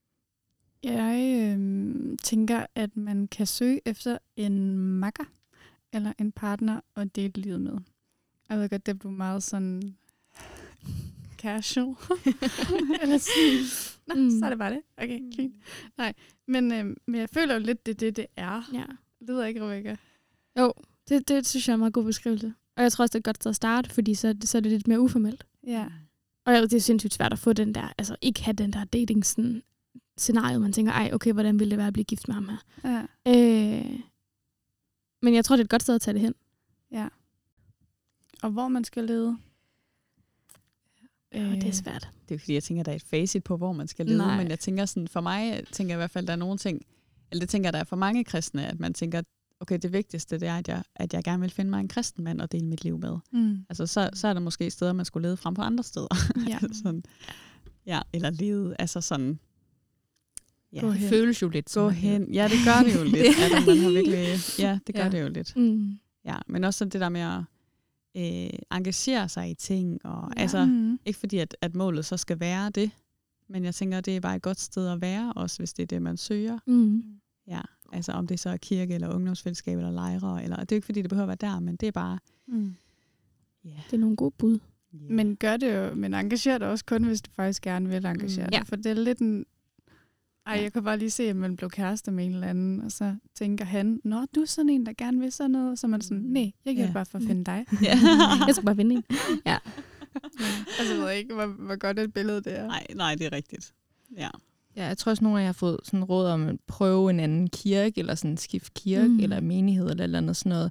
Jeg øh, tænker, at man kan søge efter en makker eller en partner og dele livet med. Jeg ved godt, det blev meget sådan casual. eller sådan, nå, mm. så er det bare det. Okay, fint. Nej, men, øh, men jeg føler jo lidt, det er det, det er. Ja. Det ved jeg ikke, Rebecca. Jo, det, det synes jeg er en meget god beskrivelse. Og jeg tror også, det er et godt sted at starte, fordi så, så er det lidt mere uformelt. Ja. Og det er sindssygt svært at få den der, altså ikke have den der dating sådan, scenario, man tænker, ej, okay, hvordan ville det være at blive gift med ham her? Ja. Øh, men jeg tror, det er et godt sted at tage det hen. Ja. Og hvor man skal lede? Ja, øh, det er svært. Det er fordi, jeg tænker, der er et facit på, hvor man skal lede, Nej. Men jeg tænker sådan, for mig, tænker jeg i hvert fald, der er nogle ting, eller det tænker der er for mange kristne, at man tænker, okay, det vigtigste, det er, at jeg, at jeg gerne vil finde mig en kristen mand og dele mit liv med. Mm. Altså, så, så er der måske steder, man skulle lede frem på andre steder. Ja. sådan, ja, eller lede, altså sådan... Ja. Gå hen. Det føles jo lidt. Gå hen. Ja, det gør det jo lidt. Altså, man har virkelig, ja, det gør ja. det jo lidt. Mm. Ja, men også det der med at øh, engagere sig i ting. Og, ja. Altså, mm. ikke fordi, at, at målet så skal være det, men jeg tænker, det er bare et godt sted at være, også hvis det er det, man søger. Mm. Ja, altså om det så er kirke, eller ungdomsfællesskab, eller lejre, eller, det er jo ikke fordi, det behøver at være der, men det er bare... Mm. Yeah. Det er nogle gode bud. Yeah. Men gør det jo, men engager dig også kun, hvis du faktisk gerne vil engagere mm. dig. Ja. For det er lidt en... Ej, jeg kan bare lige se, at man blev kærester med en eller anden, og så tænker han, nå, du er sådan en, der gerne vil sådan noget. Så man sådan, nej, jeg gør det bare for at finde dig. Ja. Jeg skal bare finde en. Ja. Ja. Altså, jeg ved ikke, hvor, hvor godt et billede det er. Nej, nej, det er rigtigt. Ja. Ja, jeg tror også, nogle af jer har fået sådan råd om at prøve en anden kirke, eller sådan skift kirke, mm. eller menighed, eller eller andet sådan noget.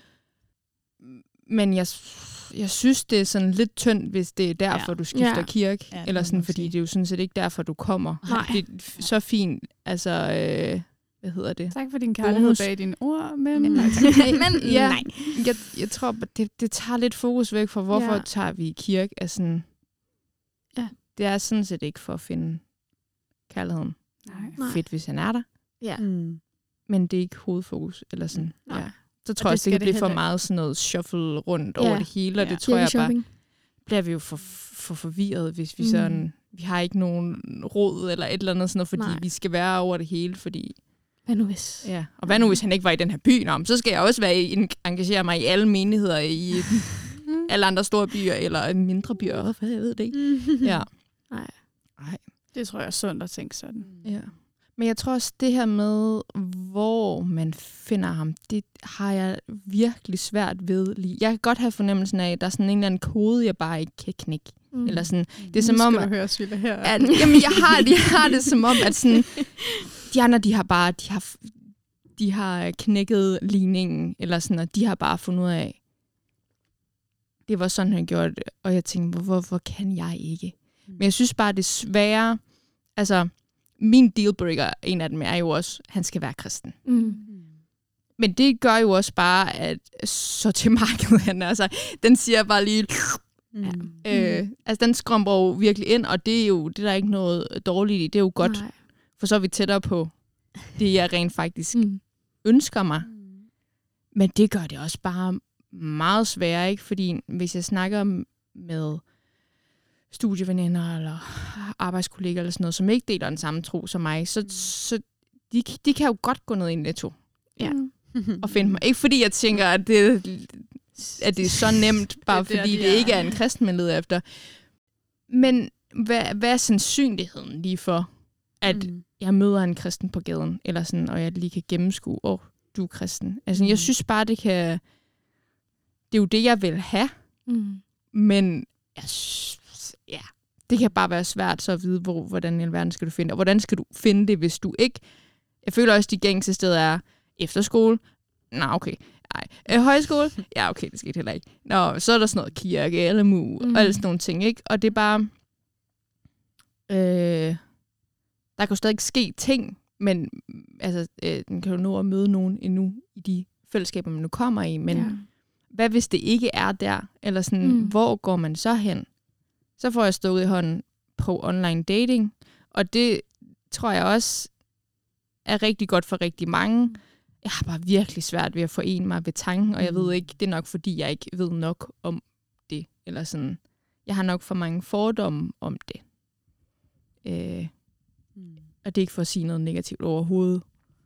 Mm. Men jeg, jeg synes, det er sådan lidt tyndt, hvis det er derfor, ja. du skifter ja. kirke. Ja, eller sådan, fordi det er jo sådan set ikke derfor, du kommer. Nej. Det er så fint, altså, øh, hvad hedder det? Tak for din kærlighed Bonus. Bag dine ord, men... men ja, nej. Jeg, jeg tror, det, det tager lidt fokus væk fra, hvorfor ja. tager vi i kirke. Altså, ja. Det er sådan set ikke for at finde kærligheden. Nej. Fedt, hvis han er der. Ja. Mm. Men det er ikke hovedfokus. Eller sådan. Mm. Ja. Så tror jeg, det, det kan blive for meget sådan noget shuffle rundt ja. over det hele, og ja. det tror jeg bare, bliver vi jo for, for forvirret, hvis vi mm. sådan, vi har ikke nogen råd eller et eller andet sådan noget, fordi Nej. vi skal være over det hele, fordi... Hvad nu hvis? Ja, og hvad nu hvis han ikke var i den her by? Nå, så skal jeg også være i, engagere mig i alle menigheder i alle andre store byer, eller mindre byer, hvad jeg ved det ikke. Ja. Nej. Nej. Det tror jeg er sundt at tænke sådan. Ja. Men jeg tror også, det her med, hvor man finder ham, det har jeg virkelig svært ved lige. Jeg kan godt have fornemmelsen af, at der er sådan en eller anden kode, jeg bare ikke kan knække. Mm. Eller sådan, det er som nu om, skal du høre, Sille, her. At, jamen, jeg har, jeg har det som om, at sådan, de andre, de har bare, de har, de har knækket ligningen, eller sådan, og de har bare fundet ud af, det var sådan, han gjorde det, og jeg tænkte, hvorfor, hvorfor kan jeg ikke? Men jeg synes bare, det er svære, altså, min dealbreaker, en af dem, er jo også, at han skal være kristen. Mm. Men det gør jo også bare, at så til markedet, han er, altså, den siger bare lige, Mm. øh, altså den skrumper jo virkelig ind, og det er jo, det er der ikke noget dårligt i, det er jo godt, Nej. for så er vi tættere på det, jeg rent faktisk Mm. ønsker mig. Men det gør det også bare meget sværere, ikke? Fordi hvis jeg snakker med studieveninder eller arbejdskolleger eller sådan noget, som ikke deler den samme tro som mig, så, så de, de kan jo godt gå ned i Netto Ja. og finde mig. Ikke fordi jeg tænker, at det, at det er så nemt, bare Det er der, fordi de det er. ikke er en kristen, man leder efter. Men hvad, hvad er sandsynligheden lige for, at Mm. jeg møder en kristen på gaden, eller sådan, og jeg lige kan gennemskue, åh, oh, du er kristen. Altså, jeg synes bare, det kan... Det er jo det, jeg vil have, Mm. men jeg synes, ja, det kan bare være svært så at vide, hvor, hvordan i alverden skal du finde det. Og hvordan skal du finde det, hvis du ikke... Jeg føler også, at de gængse steder er efterskole. Nå, okay. Nej. Øh, højskole? Ja, okay, det skete heller ikke. Nå, så er der sådan noget kirke, L M U, mm. og alle sådan nogle ting, ikke? Og det er bare... Øh, der kan jo stadig ske ting, men altså, øh, den kan jo nå at møde nogen endnu i de fællesskaber, man nu kommer i, men... Ja. Hvad hvis det ikke er der? Eller sådan, mm. hvor går man så hen? Så får jeg stået i hånden på online dating, og det tror jeg også er rigtig godt for rigtig mange. Jeg har bare virkelig svært ved at forene mig ved tanken, og jeg ved ikke, det er nok fordi, jeg ikke ved nok om det. Eller sådan, jeg har nok for mange fordomme om det. Øh, Mm. og det er ikke for at sige noget negativt overhovedet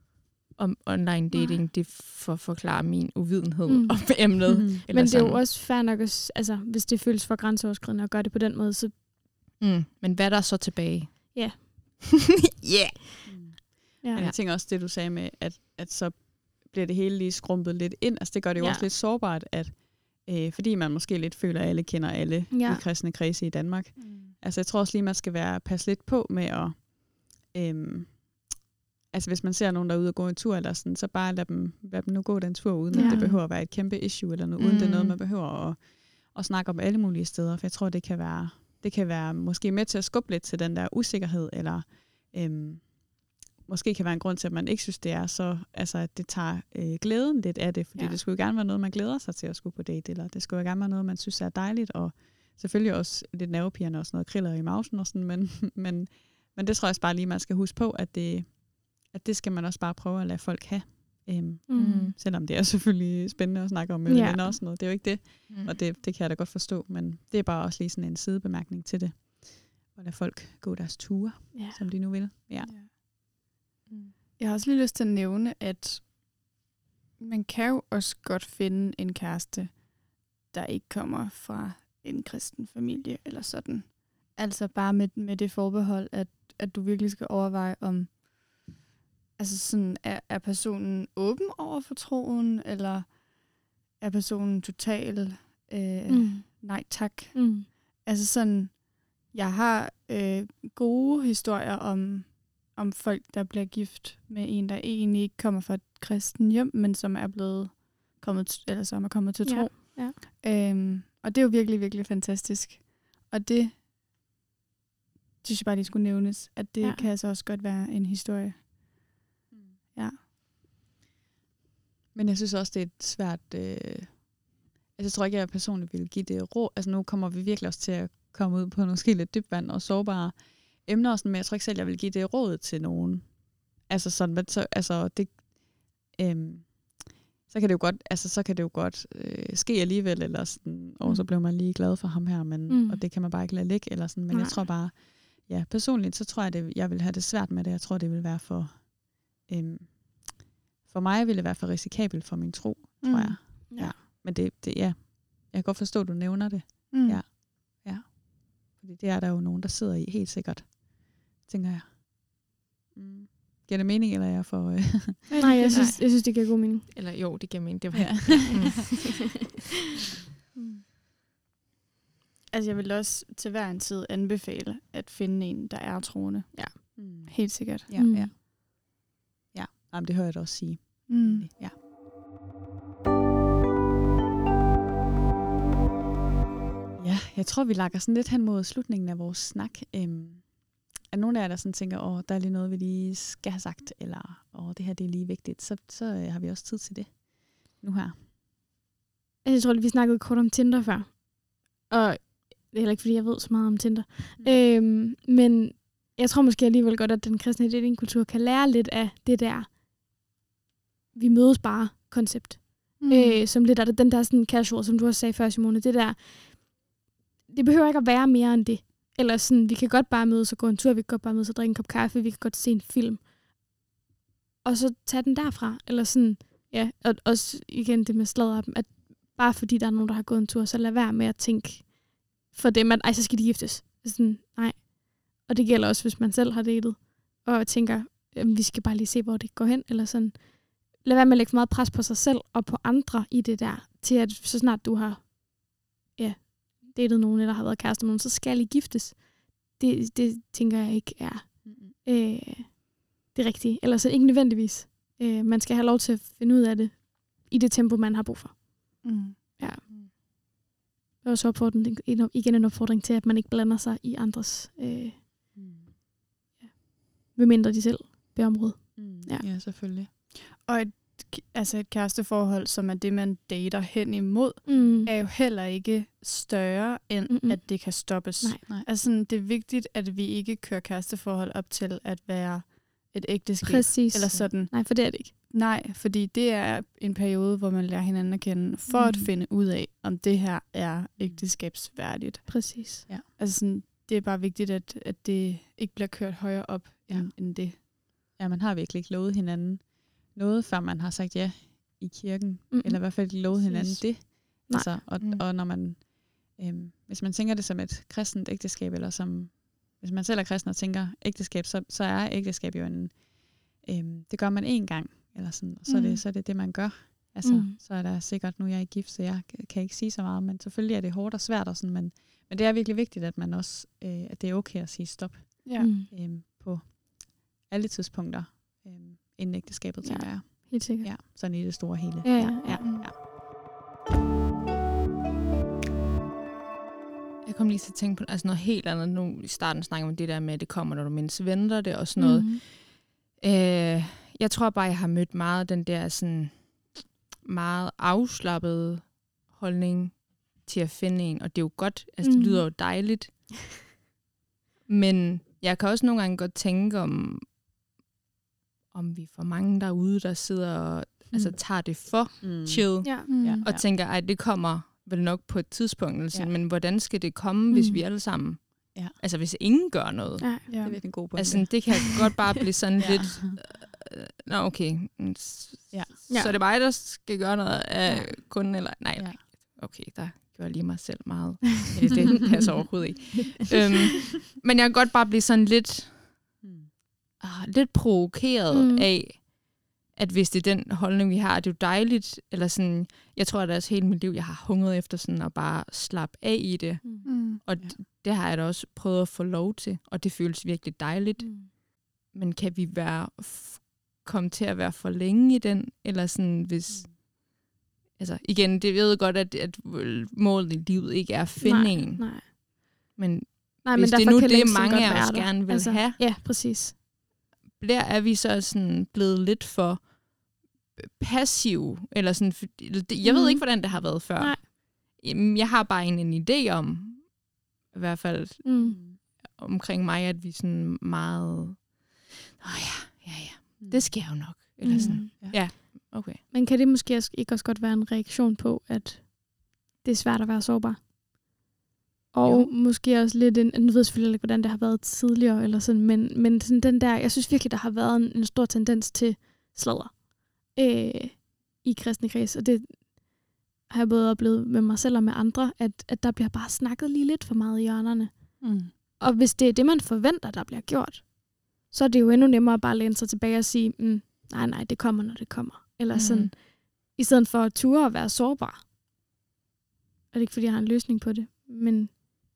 om online dating, Nej. Det er for at forklare min uvidenhed Mm. om emnet. Mm. Eller Men det er jo sådan. også fair nok, at, altså, hvis det føles for grænseoverskridende at gøre det på den måde, så... Mm. Men hvad er der så tilbage? Ja. yeah. Mm. Ja. Men jeg tænker også det, du sagde med, at, at så bliver det hele lige skrumpet lidt ind. Altså det gør det jo Ja. også lidt sårbart, at øh, fordi man måske lidt føler, at alle kender alle Ja. i kristne kredse i Danmark. Mm. Altså jeg tror også lige, man skal være passe lidt på med at... Øhm, altså hvis man ser nogen, der er ude og gå en tur, eller sådan, så bare lad dem, lad dem nu gå den tur, uden Ja. at det behøver at være et kæmpe issue, eller noget, uden Mm. det er noget, man behøver at, at snakke om alle mulige steder. For jeg tror, det kan være, det kan være måske med til at skubbe lidt til den der usikkerhed, eller øhm, måske kan være en grund til, at man ikke synes, det er så, altså at det tager øh, glæden lidt af det, fordi Ja. det skulle jo gerne være noget, man glæder sig til at skulle på date, eller det skulle jo gerne være noget, man synes er dejligt, og selvfølgelig også lidt nervepirrende og sådan noget kriller i mausen og sådan, men, men, men det tror jeg også bare lige, man skal huske på, at det, at det skal man også bare prøve at lade folk have. Øhm, Mm. selvom det er selvfølgelig spændende at snakke om med Ja. venner og sådan noget. Det er jo ikke det, Mm. og det, det kan jeg da godt forstå, men det er bare også lige sådan en sidebemærkning til det. Og lade folk gå deres ture, Ja. som de nu vil. Ja. Jeg har også lige lyst til at nævne, at man kan jo også godt finde en kæreste, der ikke kommer fra en kristen familie eller sådan. Altså bare med, med det forbehold, at, at du virkelig skal overveje, om altså sådan, er, er personen åben over for troen, eller er personen total øh, Mm. nej tak. Mm. Altså sådan, jeg har øh, gode historier om, om folk, der bliver gift med en, der egentlig ikke kommer fra et kristen hjem, men som er blevet kommet, eller som er kommet til tro. Ja, Øhm, og det er jo virkelig, virkelig fantastisk. Og det synes jeg bare, det skulle nævnes, at det Ja. ja. kan altså også godt være en historie. Ja. Men jeg synes også, det er et svært... Øh... Altså, jeg tror ikke, jeg personligt vil give det råd. Altså, nu kommer vi virkelig også til at komme ud på måske lidt dybvand og sårbare emner og sådan, men jeg tror ikke selv, jeg vil give det råd til nogen. Altså, sådan, men så, altså, det... Øhm, så kan det jo godt, altså, så kan det jo godt øh, ske alligevel, eller sådan, og så blev man lige glad for ham her, men, Mm. og det kan man bare ikke lade ligge, eller sådan, men Nej. jeg tror bare, ja, personligt, så tror jeg, det, jeg vil have det svært med det. Jeg tror, det vil være for... Øhm, for mig vil det være for risikabelt for min tro, tror Mm. jeg. Ja. Ja. Men det, det, ja, jeg kan godt forstå, at du nævner det. Mm. Ja. Fordi det er der jo nogen, der sidder i, helt sikkert, tænker jeg. Mm. Giver det mening, eller er jeg for... Øh... Nej, jeg synes, jeg synes, det giver god mening. Eller jo, det giver mening. Det var Ja. Mm. Altså, jeg vil også til hver en tid anbefale at finde en, der er troende. Ja. Mm. Helt sikkert. Ja, Mm. ja. Ja, jamen, det hører jeg da også sige. Mm. Ja. Ja, jeg tror, vi lakker sådan lidt hen mod slutningen af vores snak. Øhm, er nogen af jer, der sådan tænker, åh, der er lige noget, vi lige skal have sagt, eller åh, det her det er lige vigtigt, så, så øh, har vi også tid til det nu her. Jeg tror, vi snakkede kort om Tinder før. Og det er heller ikke, fordi jeg ved så meget om Tinder. Mm. Øhm, men jeg tror måske alligevel godt, at den kristne datingkultur kan lære lidt af det der, vi mødes bare koncept. Mm. Øh, som lidt er det, den der sådan casual, som du også sagde før, Simone. Det der, det behøver ikke at være mere end det. Eller sådan, vi kan godt bare mødes og gå en tur, vi kan godt bare mødes og drikke en kop kaffe, vi kan godt se en film. Og så tage den derfra. Eller sådan, ja, og også igen det med sladder, at bare fordi der er nogen, der har gået en tur, så lad være med at tænke for dem, at ej, så skal de giftes. Sådan, nej. Og det gælder også, hvis man selv har datet, og tænker, jamen, vi skal bare lige se, hvor det går hen, eller sådan. Lad være med at lægge for meget pres på sig selv og på andre i det der, til at så snart du har ja, datet nogen, eller har været kæreste med nogen, så skal I giftes. Det, det tænker jeg ikke er mm-hmm. øh, det rigtige. Eller så ikke nødvendigvis. Øh, man skal have lov til at finde ud af det i det tempo, man har brug for. Mm. Ja. Det er også opfordring, igen en opfordring til, at man ikke blander sig i andres, øh, mm. ja, medmindre de selv beder om råd. Mm. Ja. ja, selvfølgelig. Og et, altså et kæresteforhold, som er det, man dater hen imod, mm. er jo heller ikke større, end Mm-mm. at det kan stoppes. Nej, nej. Altså sådan, det er vigtigt, at vi ikke kører kæresteforhold op til at være et ægteskab. Præcis. Eller sådan. Nej, for det er det ikke. Nej, fordi det er en periode, hvor man lærer hinanden at kende, for mm. at finde ud af, om det her er ægteskabsværdigt. Præcis. Ja. Altså sådan, det er bare vigtigt, at, at det ikke bliver kørt højere op ja. end, end det. Ja, man har virkelig ikke lovet hinanden noget, før man har sagt ja i kirken. Mm-hmm. Eller i hvert fald lovet hinanden det. Altså, og, mm. og når man, øhm, hvis man tænker det som et kristent ægteskab, eller som, hvis man selv er kristen og tænker ægteskab, så, så er ægteskab jo en, øhm, det gør man én gang, eller sådan, og så, mm. er det, så er det det, man gør. Altså, mm. så er der sikkert, nu er jeg ikke gift, så jeg kan ikke sige så meget, men selvfølgelig er det hårdt og svært, og sådan, men, men det er virkelig vigtigt, at man også, øh, at det er okay at sige stop ja. mm. øhm, på alle tidspunkter, øhm, inden ægteskabet, tænker ja. jeg. Helt sikkert. Ja, sådan i det store hele. Ja, ja, ja. ja. Jeg kom lige til at tænke på altså noget helt andet. Nu i starten snakker om det der med, at det kommer, når du mindst venter det, og sådan noget. Mm-hmm. Øh, jeg tror bare, jeg har mødt meget den der sådan meget afslappede holdning til at finde en, og det er jo godt, altså det lyder jo dejligt. Men jeg kan også nogle gange godt tænke om, om vi er for mange derude, der sidder og mm. altså, tager det for mm. chill, ja. Mm. og tænker, at det kommer vel nok på et tidspunkt, altså, ja. men hvordan skal det komme, hvis mm. vi alle sammen, ja. altså hvis ingen gør noget? Ja, ja. Det er en god point. Altså, det kan godt bare blive sådan ja. lidt, øh, nå okay, ja. så er det mig, der skal gøre noget af ja. kunden, eller nej, ja. okay, der gør jeg lige mig selv meget. Det, det passer overhovedet ikke. øhm, men jeg kan godt bare blive sådan lidt, ah, lidt provokeret mm. af, at hvis det er den holdning, vi har, det er jo dejligt, eller sådan, jeg tror, at også hele mit liv, jeg har hungret efter sådan at bare slappe af i det. Mm. Og ja. det har jeg da også prøvet at få lov til, og det føles virkelig dejligt. Mm. Men kan vi være f- komme til at være for længe i den, eller sådan, hvis... Mm. Altså, igen, det ved godt, at, at målet i livet ikke er at finde nej, en. Nej. Men nej, hvis men det er nu det, mange af os gerne vil altså, have, ja, præcis. Der er vi så sådan blevet lidt for passive, eller sådan, jeg ved ikke, hvordan det har været før. Nej. Jeg har bare en, en idé om, i hvert fald mm. omkring mig, at vi sådan meget, åh ja, ja, ja, det sker jo nok. Eller mm. sådan, ja. ja, okay. Men kan det måske ikke også godt være en reaktion på, at det er svært at være sårbar? Og jo. Måske også lidt en, nu ved jeg selvfølgelig ikke, hvordan det har været tidligere, eller sådan, men, men sådan den der, jeg synes virkelig, der har været en, en stor tendens til sladder øh, i kristne kreds, og det har jeg både oplevet med mig selv og med andre, at, at der bliver bare snakket lige lidt for meget i hjørnerne. Mm. Og hvis det er det, man forventer, der bliver gjort, så er det jo endnu nemmere at bare læne sig tilbage og sige, mm, nej, nej, det kommer, når det kommer. Eller Mm. sådan, i stedet for at ture og være sårbar. Og det er ikke, fordi jeg har en løsning på det, men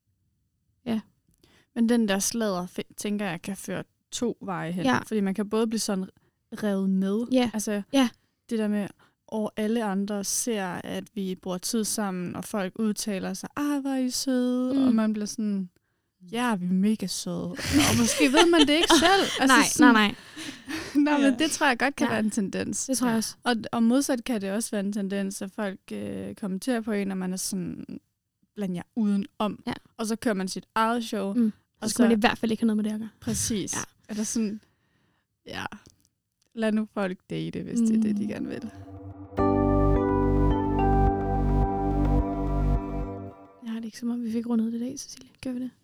Men den der sladder, f- tænker jeg, kan føre to veje hen. Ja. Fordi man kan både blive sådan revet med. Ja. Altså, Ja. det der med, og alle andre ser, at vi bruger tid sammen, og folk udtaler sig, ah, hvor er I søde, Mm. og man bliver sådan, ja, vi er mega søde. Og måske ved man det ikke selv. Altså, nej, sådan, nej, nej, nej, men det tror jeg godt kan Ja. være en tendens. det tror jeg også. Og, og modsat kan det også være en tendens, at folk øh, kommenterer på en, og man er sådan, bland jer udenom. Ja. Og så kører man sit eget show. Mm. Og Så skal man i hvert fald ikke have noget med det at gøre. Præcis. Ja. Ja. Er der sådan, ja, lad nu folk date, hvis mm. det er det, de gerne vil. Jeg har det ikke som om, vi fik rundet det i dag, Cecilie. Gør vi det?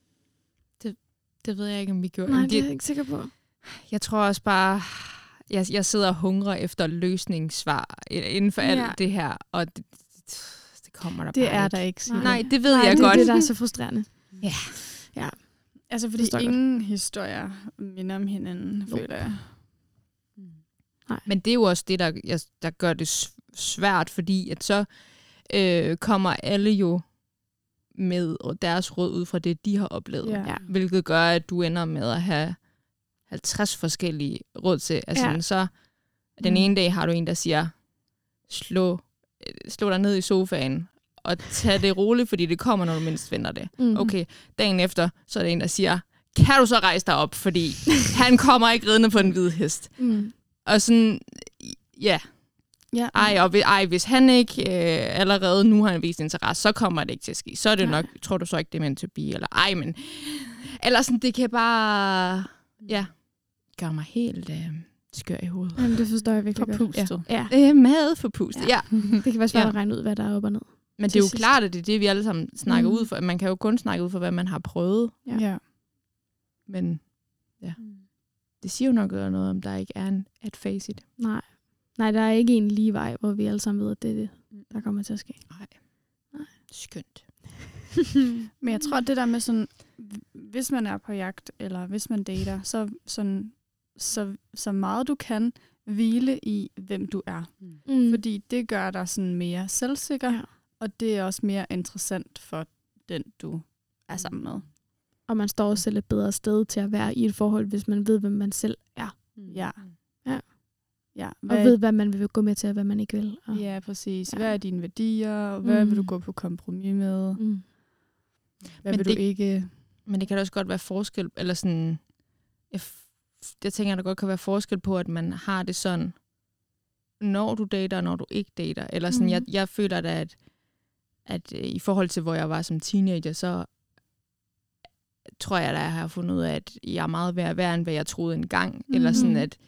Det ved jeg ikke, om vi gjorde. Nej, Men det er jeg ikke sikker på. Jeg tror også bare, jeg, jeg sidder og hungrer efter løsningssvar inden for Ja. alt det her, og det, det, det kommer der Det bare er ikke. der ikke, Signe. Nej, det ved Nej, jeg det godt. er det, der er så frustrerende. Altså, fordi Forstår jeg ingen historier minder om hinanden, Jo. føler jeg. Men det er jo også det, der, jeg, der gør det s- svært, fordi at så øh, kommer alle jo med deres råd ud fra det, de har oplevet. Ja. Ja. Hvilket gør, at du ender med at have halvtreds forskellige råd til. Altså, Ja. ja. så den Mm. ene dag har du en, der siger, slå, øh, slå dig ned i sofaen, og tag det roligt, fordi det kommer, når du mindst venter det. Mm. Okay, dagen efter, så er der en, der siger, kan du så rejse dig op, fordi han kommer ikke ridende på en hvid hest. Mm. Og sådan, ja, Ja. ej, og vi- ej, hvis han ikke øh, allerede nu har vist interesse, så kommer det ikke til at ske. Så er det Nej. nok, tror du så ikke, det er meant to be, eller ej, men, eller sådan, det kan bare, ja, gøre mig helt øh, skør i hovedet. Jamen, det forstår jeg virkelig godt. Forpustet. Ja. Øh, mad for pustet, Ja. ja. Det kan være svært Ja. at regne ud, hvad der er op og ned. Men det Til er jo sidst. klart, at det er det, vi alle sammen snakker Mm. ud for. Man kan jo kun snakke ud for, hvad man har prøvet. Ja. Ja. Men det siger jo nok noget om, der ikke er en at face it. Nej. Nej, der er ikke en lige vej, hvor vi alle sammen ved, at det er det, der kommer til at ske. Nej. Nej. Skønt. Men jeg tror, at det der med sådan, hvis man er på jagt, eller hvis man dater, så, sådan, så, så meget du kan hvile i, hvem du er. Mm. Fordi det gør dig sådan mere selvsikker, Ja. ja. og det er også mere interessant for den, du er sammen med. Og man står også selv et bedre sted til at være i et forhold, hvis man ved, hvem man selv er. Ja. Ja. Ja, Og hvad, ved, hvad man vil gå med til, og hvad man ikke vil. Og, ja, præcis. Ja. Hvad er dine værdier? Hvad Mm. vil du gå på kompromis med? Mm. Hvad Men vil det- du ikke? Men det kan da også godt være forskel, eller sådan, jeg, f- jeg tænker, der godt kan være forskel på, at man har det sådan, når du dater, og når du ikke dater. Eller sådan, Mhm. jeg, jeg føler da, at, at øh, i forhold til, hvor jeg var som teenager, så tror jeg, at jeg har fundet ud af, at jeg er meget værd, værd end hvad jeg troede engang. Mm. Eller sådan, Mhm. at,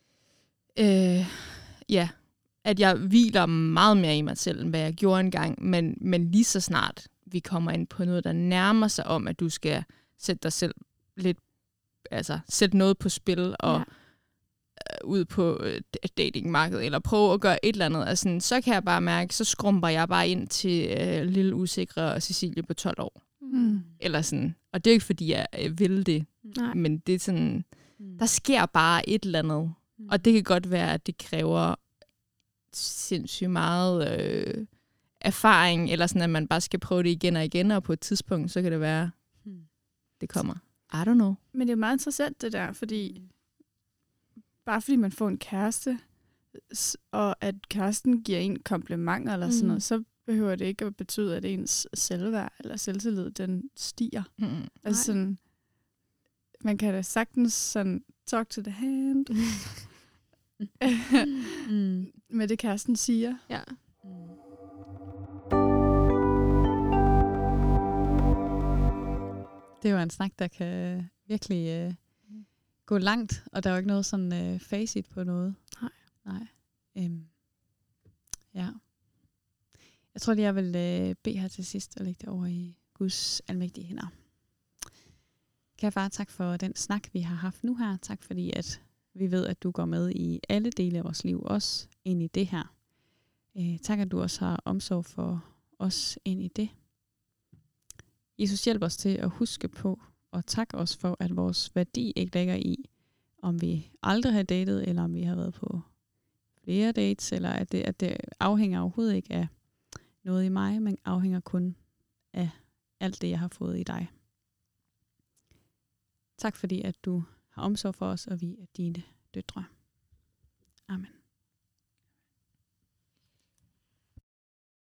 øh, ja, at jeg hviler meget mere i mig selv, end hvad jeg gjorde engang. Men, men lige så snart vi kommer ind på noget, der nærmer sig om, at du skal sætte dig selv lidt, altså sætte noget på spil og Ja. øh, ud på øh, datingmarkedet, eller prøve at gøre et eller andet, altså, så kan jeg bare mærke, så skrumper jeg bare ind til øh, lille usikre Cecilie på tolv år. Mm. Eller sådan. Og det er ikke, fordi jeg øh, vil det, Nej. men det er sådan, der sker bare et eller andet. Og det kan godt være, at det kræver sindssygt meget øh, erfaring, eller sådan, at man bare skal prøve det igen og igen, og på et tidspunkt, så kan det være, det kommer. I don't know. Men det er meget interessant det der, fordi bare fordi man får en kæreste, s- og at kæresten giver en komplimenter eller sådan Mm. noget, så behøver det ikke at betyde, at ens selvværd eller selvtillid, den stiger. Mm. Altså sådan, man kan da sagtens sådan talk to the hand Mm. med det kæresten siger. Ja. Det var en snak, der kan virkelig øh, gå langt, og der er jo ikke noget sådan øh, facit på noget. Nej. Nej. Øhm. Ja. Jeg tror lige, jeg vil øh, bede her til sidst og lægge det over i Guds almægtige hænder. Kære far, tak for den snak, vi har haft nu her. Tak fordi, at vi ved, at du går med i alle dele af vores liv, også ind i det her. Øh, tak, at du også har omsorg for os ind i det. Jesus, hjælp os til at huske på, og tak også for, at vores værdi ikke ligger i, om vi aldrig har datet, eller om vi har været på flere dates, eller at det, at det afhænger overhovedet ikke af noget i mig, men afhænger kun af alt det, jeg har fået i dig. Tak fordi, at du har omsorg for os, og vi er dine døtre.